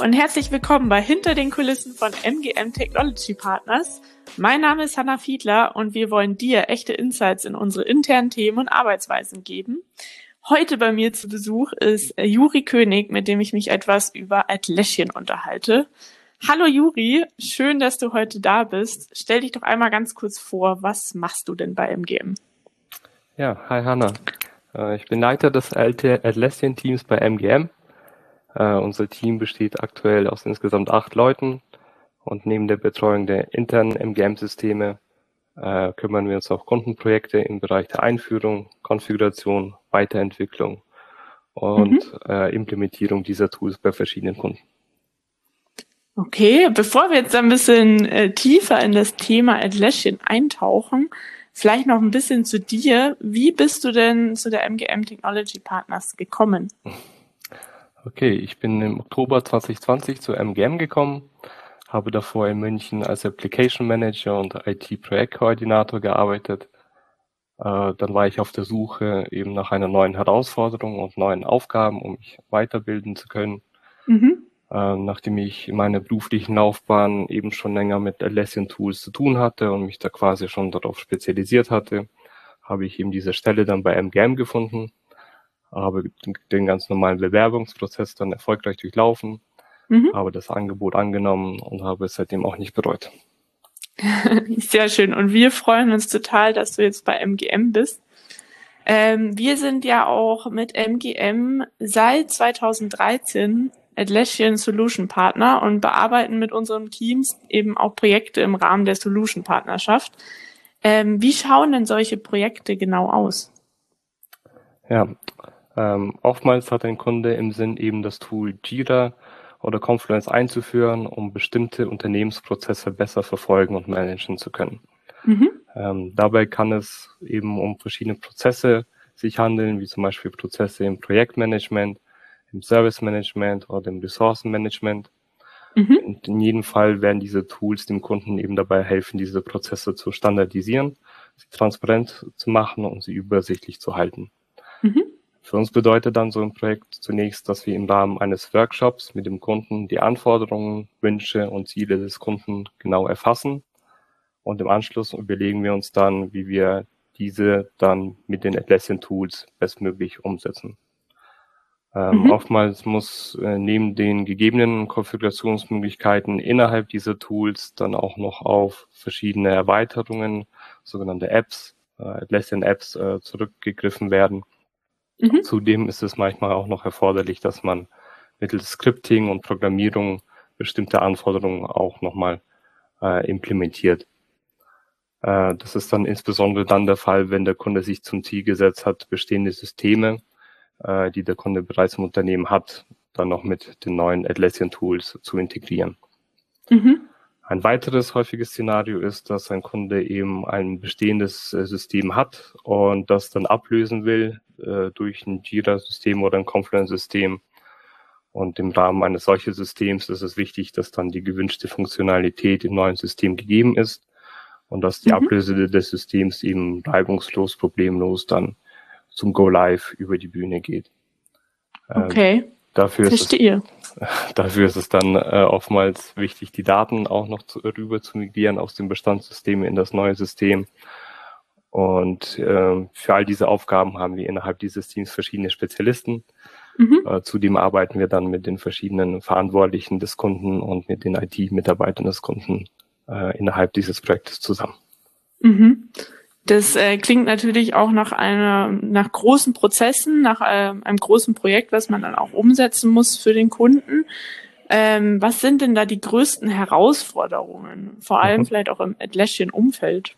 und herzlich willkommen bei Hinter den Kulissen von MGM Technology Partners. Mein Name ist Hanna Fiedler und wir wollen dir echte Insights in unsere internen Themen und Arbeitsweisen geben. Heute bei mir zu Besuch ist Juri König, mit dem ich mich etwas über Atlassian unterhalte. Hallo Juri, schön, dass du heute da bist. Stell dich doch einmal ganz kurz vor, was machst du denn bei MGM? Ja, hi Hanna. Ich bin Leiter des Atlassian-Teams bei MGM. Unser Team besteht aktuell aus insgesamt 8 Leuten und neben der Betreuung der internen MGM-Systeme kümmern wir uns auf Kundenprojekte im Bereich der Einführung, Konfiguration, Weiterentwicklung und Implementierung dieser Tools bei verschiedenen Kunden. Okay, bevor wir jetzt ein bisschen tiefer in das Thema Atlassian eintauchen, vielleicht noch ein bisschen zu dir. Wie bist du denn zu der MGM Technology Partners gekommen? Okay, ich bin im Oktober 2020 zu MGM gekommen, habe davor in München als Application Manager und IT-Projektkoordinator gearbeitet. Dann war ich auf der Suche eben nach einer neuen Herausforderung und neuen Aufgaben, um mich weiterbilden zu können. Nachdem ich in meiner beruflichen Laufbahn eben schon länger mit Atlassian Tools zu tun hatte und mich da quasi schon darauf spezialisiert hatte, habe ich eben diese Stelle dann bei MGM gefunden, habe den ganz normalen Bewerbungsprozess dann erfolgreich durchlaufen, habe das Angebot angenommen und habe es seitdem auch nicht bereut. Sehr schön. Und wir freuen uns total, dass du jetzt bei MGM bist. Wir sind ja auch mit MGM seit 2013 Atlassian Solution Partner und bearbeiten mit unseren Teams eben auch Projekte im Rahmen der Solution Partnerschaft. Wie schauen denn solche Projekte genau aus? Ja, oftmals hat ein Kunde im Sinn, eben das Tool Jira oder Confluence einzuführen, um bestimmte Unternehmensprozesse besser verfolgen und managen zu können. Dabei kann es eben um verschiedene Prozesse sich handeln, wie zum Beispiel Prozesse im Projektmanagement, im Service-Management oder im Ressourcenmanagement. Und in jedem Fall werden diese Tools dem Kunden eben dabei helfen, diese Prozesse zu standardisieren, sie transparent zu machen und sie übersichtlich zu halten. Für uns bedeutet dann so ein Projekt zunächst, dass wir im Rahmen eines Workshops mit dem Kunden die Anforderungen, Wünsche und Ziele des Kunden genau erfassen. Und im Anschluss überlegen wir uns dann, wie wir diese dann mit den Atlassian Tools bestmöglich umsetzen. Oftmals muss neben den gegebenen Konfigurationsmöglichkeiten innerhalb dieser Tools dann auch noch auf verschiedene Erweiterungen, sogenannte Apps, Atlassian Apps zurückgegriffen werden. Zudem ist es manchmal auch noch erforderlich, dass man mittels Scripting und Programmierung bestimmte Anforderungen auch nochmal implementiert. Das ist dann insbesondere dann der Fall, wenn der Kunde sich zum Ziel gesetzt hat, bestehende Systeme, die der Kunde bereits im Unternehmen hat, dann noch mit den neuen Atlassian Tools zu integrieren. Ein weiteres häufiges Szenario ist, dass ein Kunde eben ein bestehendes System hat und das dann ablösen will durch ein Jira-System oder ein Confluence-System. Und im Rahmen eines solchen Systems ist es wichtig, dass dann die gewünschte Funktionalität im neuen System gegeben ist und dass die Ablöse des Systems eben reibungslos, problemlos dann zum Go-Live über die Bühne geht. Okay, verstehe. Dafür ist es dann oftmals wichtig, die Daten auch noch rüber zu migrieren aus dem Bestandssystem in das neue System. Und für all diese Aufgaben haben wir innerhalb dieses Teams verschiedene Spezialisten. Zudem arbeiten wir dann mit den verschiedenen Verantwortlichen des Kunden und mit den IT-Mitarbeitern des Kunden innerhalb dieses Projektes zusammen. Das klingt natürlich auch nach großen Prozessen, nach einem großen Projekt, was man dann auch umsetzen muss für den Kunden. Was sind denn da die größten Herausforderungen, vor allem vielleicht auch im Atlassian-Umfeld?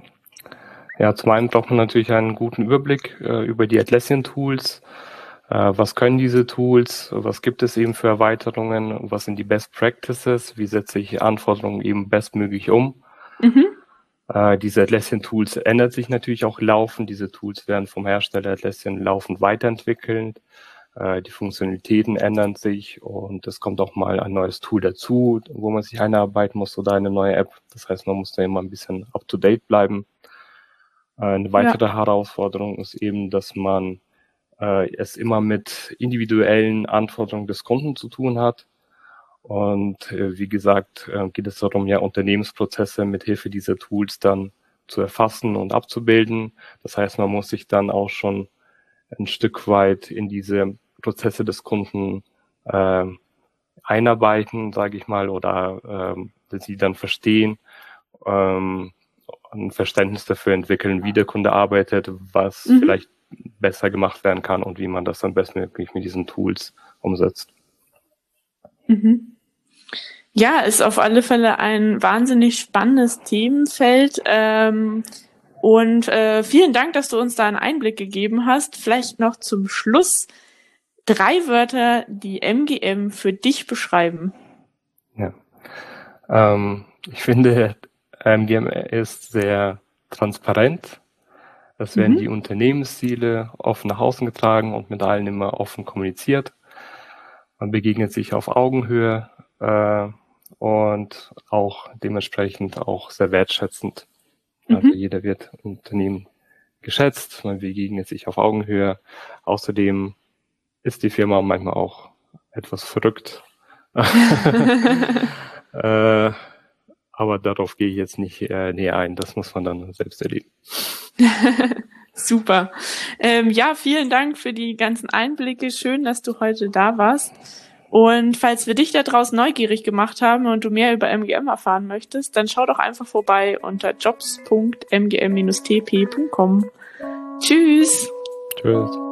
Ja, zum einen braucht man natürlich einen guten Überblick über die Atlassian-Tools. Was können diese Tools? Was gibt es eben für Erweiterungen? Was sind die Best Practices? Wie setze ich Anforderungen eben bestmöglich um? Diese Atlassian-Tools ändern sich natürlich auch laufend. Diese Tools werden vom Hersteller Atlassian laufend weiterentwickelt. Die Funktionalitäten ändern sich und es kommt auch mal ein neues Tool dazu, wo man sich einarbeiten muss oder eine neue App. Das heißt, man muss da immer ein bisschen up-to-date bleiben. Eine weitere Herausforderung ist eben, dass man es immer mit individuellen Anforderungen des Kunden zu tun hat. Und wie gesagt, geht es darum, ja Unternehmensprozesse mit Hilfe dieser Tools dann zu erfassen und abzubilden. Das heißt, man muss sich dann auch schon ein Stück weit in diese Prozesse des Kunden einarbeiten, sage ich mal, oder sie dann verstehen, ein Verständnis dafür entwickeln, wie der Kunde arbeitet, was vielleicht besser gemacht werden kann und wie man das dann bestmöglich mit diesen Tools umsetzt. Ja, ist auf alle Fälle ein wahnsinnig spannendes Themenfeld. Und vielen Dank, dass du uns da einen Einblick gegeben hast. Vielleicht noch zum Schluss 3 Wörter, die MGM für dich beschreiben. Ja, ich finde, MGM ist sehr transparent. Es werden die Unternehmensziele offen nach außen getragen und mit allen immer offen kommuniziert. Man begegnet sich auf Augenhöhe und auch dementsprechend auch sehr wertschätzend. Also jeder wird im Unternehmen geschätzt, man begegnet sich auf Augenhöhe. Außerdem ist die Firma manchmal auch etwas verrückt. Aber darauf gehe ich jetzt nicht näher ein. Das muss man dann selbst erleben. Super. Ja, vielen Dank für die ganzen Einblicke. Schön, dass du heute da warst. Und falls wir dich da draußen neugierig gemacht haben und du mehr über MGM erfahren möchtest, dann schau doch einfach vorbei unter jobs.mgm-tp.com. Tschüss. Tschüss.